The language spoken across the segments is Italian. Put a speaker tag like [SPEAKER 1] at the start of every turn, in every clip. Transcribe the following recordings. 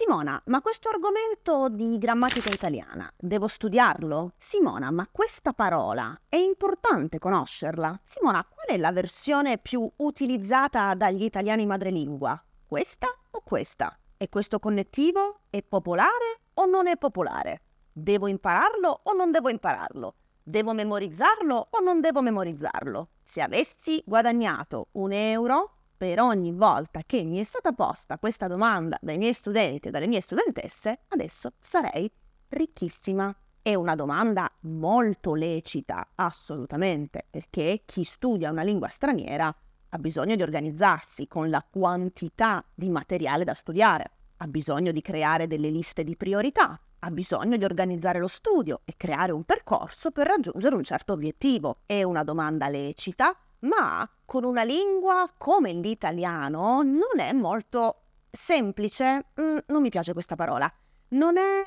[SPEAKER 1] Simona, ma questo argomento di grammatica italiana, devo studiarlo? Simona, ma questa parola è importante conoscerla? Simona, qual è la versione più utilizzata dagli italiani madrelingua? Questa o questa? E questo connettivo è popolare o non è popolare? Devo impararlo o non devo impararlo? Devo memorizzarlo o non devo memorizzarlo? Se avessi guadagnato €1 per ogni volta che mi è stata posta questa domanda dai miei studenti e dalle mie studentesse, adesso sarei ricchissima. È una domanda molto lecita, assolutamente, perché chi studia una lingua straniera ha bisogno di organizzarsi con la quantità di materiale da studiare, ha bisogno di creare delle liste di priorità, ha bisogno di organizzare lo studio e creare un percorso per raggiungere un certo obiettivo. È una domanda lecita, ma con una lingua come l'italiano non è molto semplice. Non mi piace questa parola. Non è...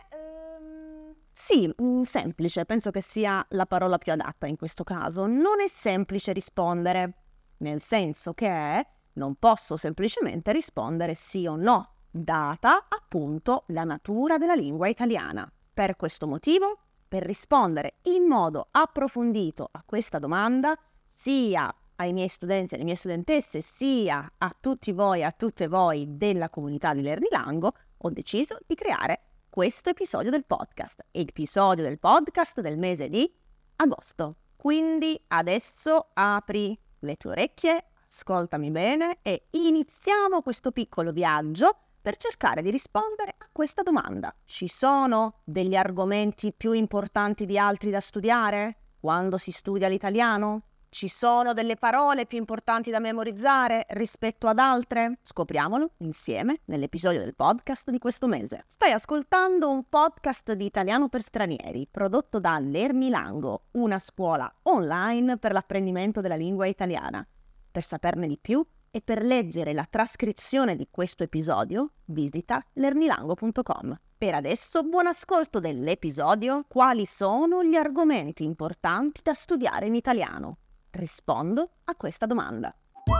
[SPEAKER 1] semplice, penso che sia la parola più adatta in questo caso. Non è semplice rispondere, nel senso che non posso semplicemente rispondere sì o no, data appunto la natura della lingua italiana. Per questo motivo, per rispondere in modo approfondito a questa domanda, sia ai miei studenti e alle mie studentesse, sia a tutti voi e a tutte voi della comunità di Lernilango, ho deciso di creare questo episodio del podcast, episodio del podcast del mese di agosto. Quindi adesso apri le tue orecchie, ascoltami bene e iniziamo questo piccolo viaggio per cercare di rispondere a questa domanda. Ci sono degli argomenti più importanti di altri da studiare quando si studia l'italiano? Ci sono delle parole più importanti da memorizzare rispetto ad altre? Scopriamolo insieme nell'episodio del podcast di questo mese. Stai ascoltando un podcast di italiano per stranieri prodotto da Lernilango, una scuola online per l'apprendimento della lingua italiana. Per saperne di più e per leggere la trascrizione di questo episodio, visita lernilango.com. Per adesso, buon ascolto dell'episodio. Quali sono gli argomenti importanti da studiare in italiano? Rispondo a questa domanda.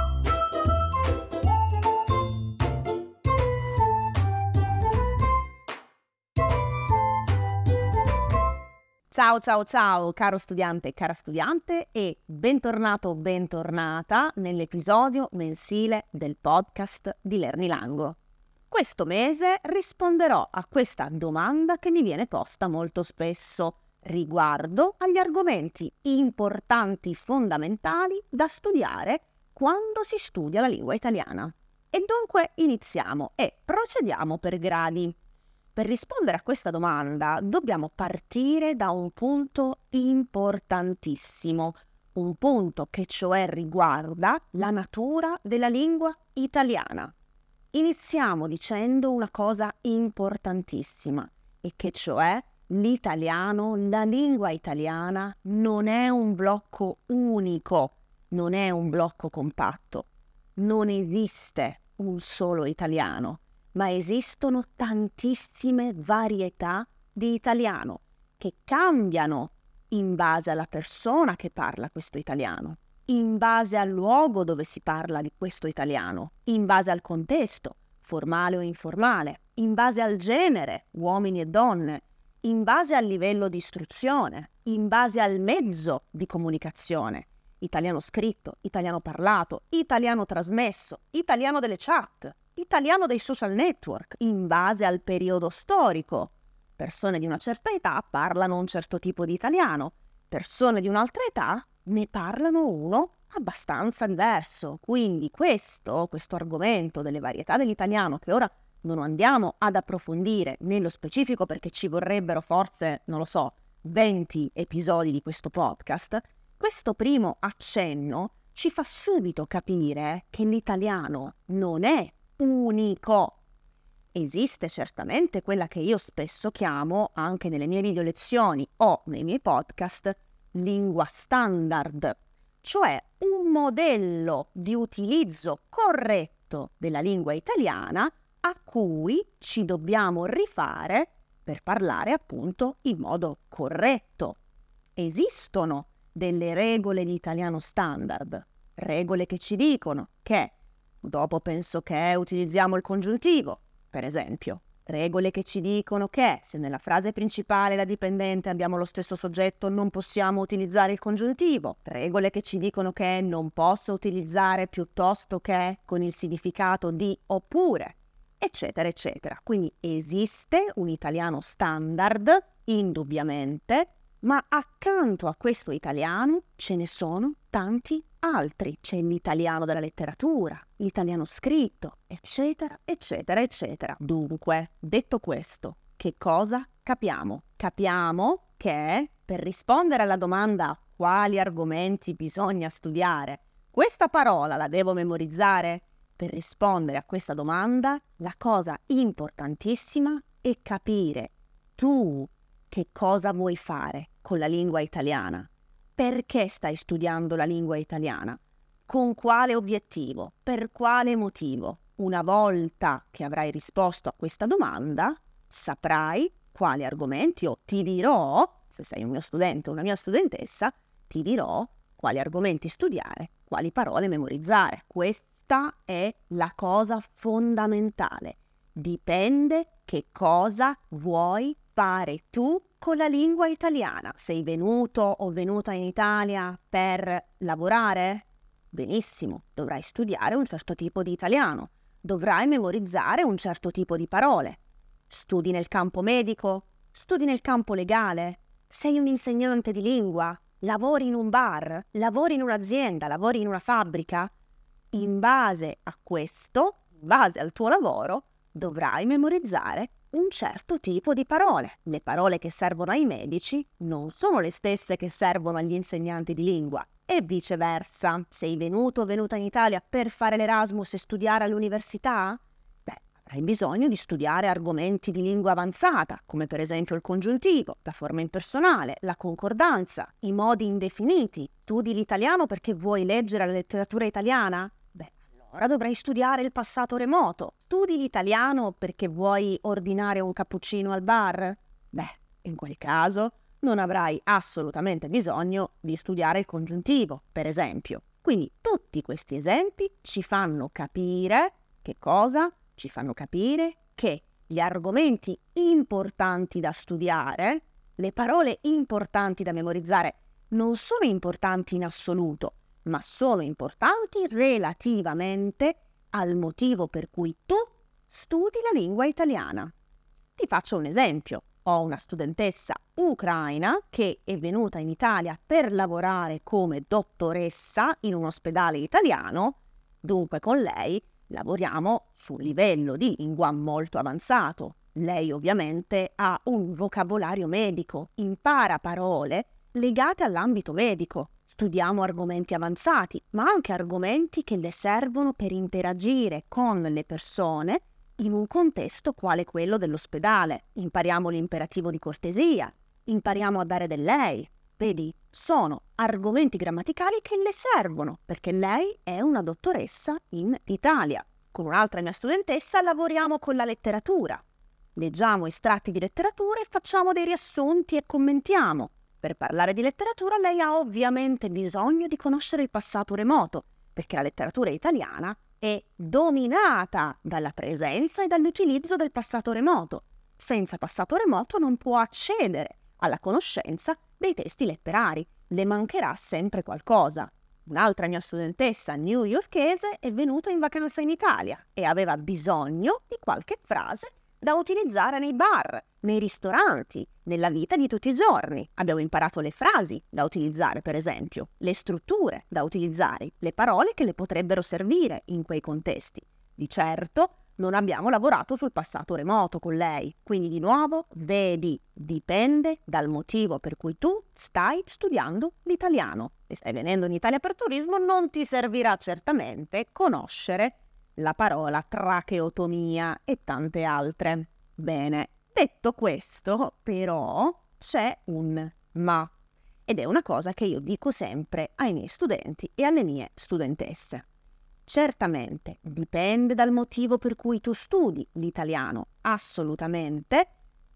[SPEAKER 1] Ciao, caro studente e cara studiante e bentornato o bentornata nell'episodio mensile del podcast di Lernilango. Questo mese risponderò a questa domanda che mi viene posta molto spesso riguardo agli argomenti importanti, fondamentali da studiare quando si studia la lingua italiana. E dunque iniziamo e procediamo per gradi. Per rispondere a questa domanda dobbiamo partire da un punto importantissimo, un punto che cioè riguarda la natura della lingua italiana. Iniziamo dicendo una cosa importantissima, e che cioè l'italiano, la lingua italiana, non è un blocco unico, non è un blocco compatto. Non esiste un solo italiano, ma esistono tantissime varietà di italiano che cambiano in base alla persona che parla questo italiano, in base al luogo dove si parla di questo italiano, in base al contesto, formale o informale, in base al genere, uomini e donne, in base al livello di istruzione, in base al mezzo di comunicazione, italiano scritto, italiano parlato, italiano trasmesso, italiano delle chat, italiano dei social network, in base al periodo storico. Persone di una certa età parlano un certo tipo di italiano, persone di un'altra età ne parlano uno abbastanza diverso. Quindi questo argomento delle varietà dell'italiano, che ora non andiamo ad approfondire nello specifico perché ci vorrebbero forse, 20 episodi di questo podcast, questo primo accenno ci fa subito capire che l'italiano non è unico. Esiste certamente quella che io spesso chiamo, anche nelle mie video lezioni o nei miei podcast, lingua standard, cioè un modello di utilizzo corretto della lingua italiana a cui ci dobbiamo rifare per parlare appunto in modo corretto. Esistono delle regole di italiano standard, regole che ci dicono che dopo penso che utilizziamo il congiuntivo, per esempio, regole che ci dicono che se nella frase principale e la dipendente abbiamo lo stesso soggetto non possiamo utilizzare il congiuntivo, regole che ci dicono che non posso utilizzare piuttosto che con il significato di oppure, eccetera, eccetera. Quindi esiste un italiano standard, indubbiamente, ma accanto a questo italiano ce ne sono tanti altri. C'è l'italiano della letteratura, l'italiano scritto, eccetera, eccetera, eccetera. Dunque, detto questo, che cosa capiamo? Capiamo che per rispondere alla domanda quali argomenti bisogna studiare, questa parola la devo memorizzare? Per rispondere a questa domanda, la cosa importantissima è capire tu che cosa vuoi fare con la lingua italiana. Perché stai studiando la lingua italiana? Con quale obiettivo? Per quale motivo? Una volta che avrai risposto a questa domanda, saprai quali argomenti, o ti dirò, se sei un mio studente o una mia studentessa, ti dirò quali argomenti studiare, quali parole memorizzare. Questa è la cosa fondamentale. Dipende che cosa vuoi fare tu con la lingua italiana. Sei venuto o venuta in Italia per lavorare? Benissimo, dovrai studiare un certo tipo di italiano, dovrai memorizzare un certo tipo di parole. Studi nel campo medico? Studi nel campo legale? Sei un insegnante di lingua? Lavori in un bar? Lavori in un'azienda? Lavori in una fabbrica? In base a questo, in base al tuo lavoro, dovrai memorizzare un certo tipo di parole. Le parole che servono ai medici non sono le stesse che servono agli insegnanti di lingua e viceversa. Sei venuto o venuta in Italia per fare l'Erasmus e studiare all'università? Beh, avrai bisogno di studiare argomenti di lingua avanzata, come per esempio il congiuntivo, la forma impersonale, la concordanza, i modi indefiniti. Studi l'italiano perché vuoi leggere la letteratura italiana? Ora dovrai studiare il passato remoto. Studi l'italiano perché vuoi ordinare un cappuccino al bar? Beh, in quel caso non avrai assolutamente bisogno di studiare il congiuntivo, per esempio. Quindi tutti questi esempi ci fanno capire che cosa? Ci fanno capire che gli argomenti importanti da studiare, le parole importanti da memorizzare, non sono importanti in assoluto, ma sono importanti relativamente al motivo per cui tu studi la lingua italiana. Ti faccio un esempio. Ho una studentessa ucraina che è venuta in Italia per lavorare come dottoressa in un ospedale italiano. Dunque con lei lavoriamo su un livello di lingua molto avanzato. Lei ovviamente ha un vocabolario medico, impara parole legate all'ambito medico. Studiamo argomenti avanzati, ma anche argomenti che le servono per interagire con le persone in un contesto quale quello dell'ospedale. Impariamo l'imperativo di cortesia, impariamo a dare del lei. Vedi, sono argomenti grammaticali che le servono, perché lei è una dottoressa in Italia. Con un'altra mia studentessa lavoriamo con la letteratura. Leggiamo estratti di letteratura e facciamo dei riassunti e commentiamo. Per parlare di letteratura lei ha ovviamente bisogno di conoscere il passato remoto, perché la letteratura italiana è dominata dalla presenza e dall'utilizzo del passato remoto. Senza passato remoto non può accedere alla conoscenza dei testi letterari, le mancherà sempre qualcosa. Un'altra mia studentessa newyorkese è venuta in vacanza in Italia e aveva bisogno di qualche frase da utilizzare nei bar, nei ristoranti, nella vita di tutti i giorni. Abbiamo imparato le frasi da utilizzare, per esempio, le strutture da utilizzare, le parole che le potrebbero servire in quei contesti. Di certo non abbiamo lavorato sul passato remoto con lei, quindi di nuovo, vedi, dipende dal motivo per cui tu stai studiando l'italiano. Se stai venendo in Italia per turismo non ti servirà certamente conoscere la parola tracheotomia e tante altre. Bene, detto questo, però, c'è un ma. Ed è una cosa che io dico sempre ai miei studenti e alle mie studentesse. Certamente, dipende dal motivo per cui tu studi l'italiano, assolutamente,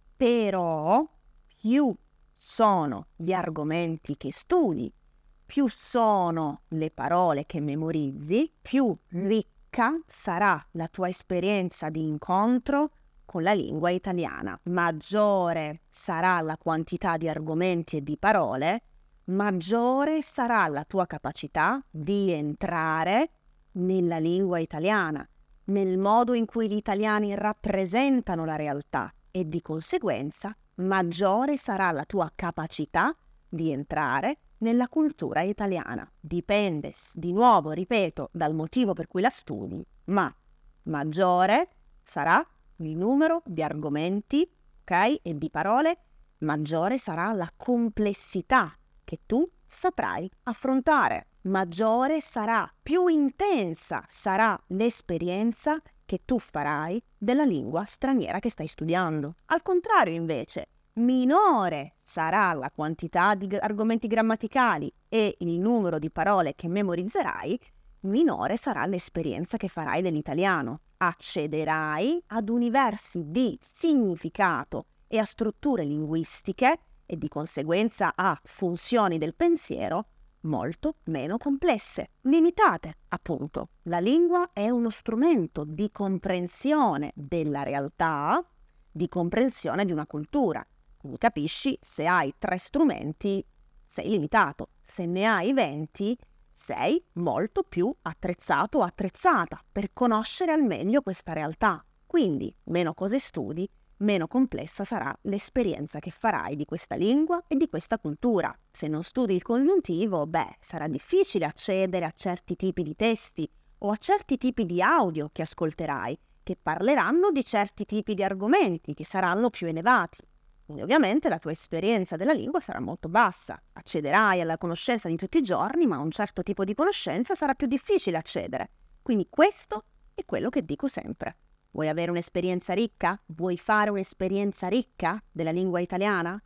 [SPEAKER 1] però più sono gli argomenti che studi, più sono le parole che memorizzi, più ricca sarà la tua esperienza di incontro con la lingua italiana. Maggiore sarà la quantità di argomenti e di parole, maggiore sarà la tua capacità di entrare nella lingua italiana, nel modo in cui gli italiani rappresentano la realtà e di conseguenza maggiore sarà la tua capacità di entrare nella cultura italiana. Dipende, di nuovo, ripeto, dal motivo per cui la studi, ma maggiore sarà il numero di argomenti, ok, e di parole, maggiore sarà la complessità che tu saprai affrontare, maggiore sarà, più intensa sarà l'esperienza che tu farai della lingua straniera che stai studiando. Al contrario, invece, minore sarà la quantità di argomenti grammaticali e il numero di parole che memorizzerai, minore sarà l'esperienza che farai dell'italiano. Accederai ad universi di significato e a strutture linguistiche e di conseguenza a funzioni del pensiero molto meno complesse, limitate, appunto. La lingua è uno strumento di comprensione della realtà, di comprensione di una cultura. Quindi capisci, se hai 3 strumenti sei limitato, se ne hai 20 sei molto più attrezzato o attrezzata per conoscere al meglio questa realtà. Quindi meno cose studi, meno complessa sarà l'esperienza che farai di questa lingua e di questa cultura. Se non studi il congiuntivo, sarà difficile accedere a certi tipi di testi o a certi tipi di audio che ascolterai, che parleranno di certi tipi di argomenti, che saranno più elevati. Quindi ovviamente la tua esperienza della lingua sarà molto bassa. Accederai alla conoscenza di tutti i giorni, ma a un certo tipo di conoscenza sarà più difficile accedere. Quindi questo è quello che dico sempre. Vuoi avere un'esperienza ricca? Vuoi fare un'esperienza ricca della lingua italiana?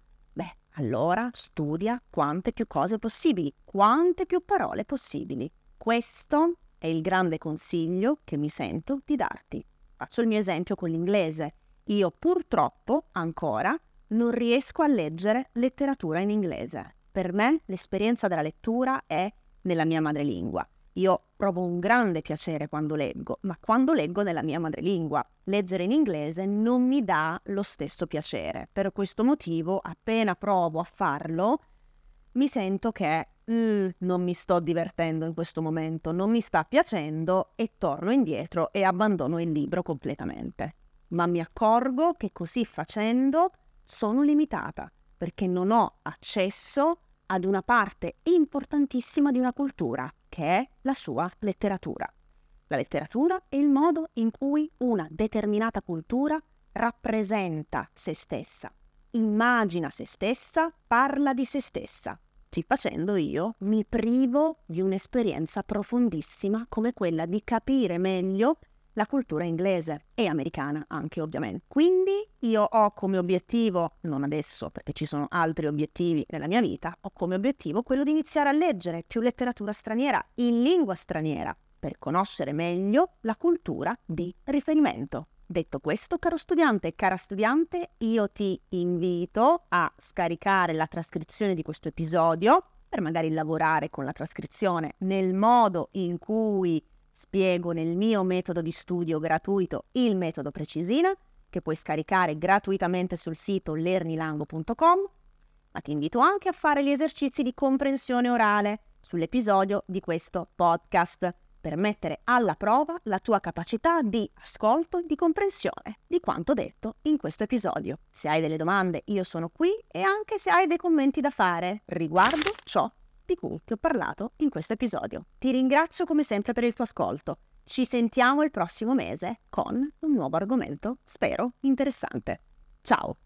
[SPEAKER 1] Allora studia quante più cose possibili, quante più parole possibili. Questo è il grande consiglio che mi sento di darti. Faccio il mio esempio con l'inglese. Io purtroppo ancora non riesco a leggere letteratura in inglese. Per me l'esperienza della lettura è nella mia madrelingua. Io provo un grande piacere quando leggo, ma quando leggo nella mia madrelingua. Leggere in inglese non mi dà lo stesso piacere. Per questo motivo, appena provo a farlo, mi sento che non mi sto divertendo in questo momento, non mi sta piacendo e torno indietro e abbandono il libro completamente. Ma mi accorgo che così facendo sono limitata, perché non ho accesso ad una parte importantissima di una cultura, che è la sua letteratura. La letteratura è il modo in cui una determinata cultura rappresenta se stessa, immagina se stessa, parla di se stessa. Così facendo io mi privo di un'esperienza profondissima come quella di capire meglio la cultura inglese e americana anche, ovviamente. Quindi io ho come obiettivo, non adesso perché ci sono altri obiettivi nella mia vita, ho come obiettivo quello di iniziare a leggere più letteratura straniera in lingua straniera per conoscere meglio la cultura di riferimento. Detto questo, caro studente e cara studiante, io ti invito a scaricare la trascrizione di questo episodio per magari lavorare con la trascrizione nel modo in cui spiego nel mio metodo di studio gratuito, il metodo Precisina, che puoi scaricare gratuitamente sul sito lernilango.com, ma ti invito anche a fare gli esercizi di comprensione orale sull'episodio di questo podcast per mettere alla prova la tua capacità di ascolto e di comprensione di quanto detto in questo episodio. Se hai delle domande, io sono qui, e anche se hai dei commenti da fare riguardo ciò di cui ti ho parlato in questo episodio. Ti ringrazio come sempre per il tuo ascolto. Ci sentiamo il prossimo mese con un nuovo argomento, spero interessante. Ciao!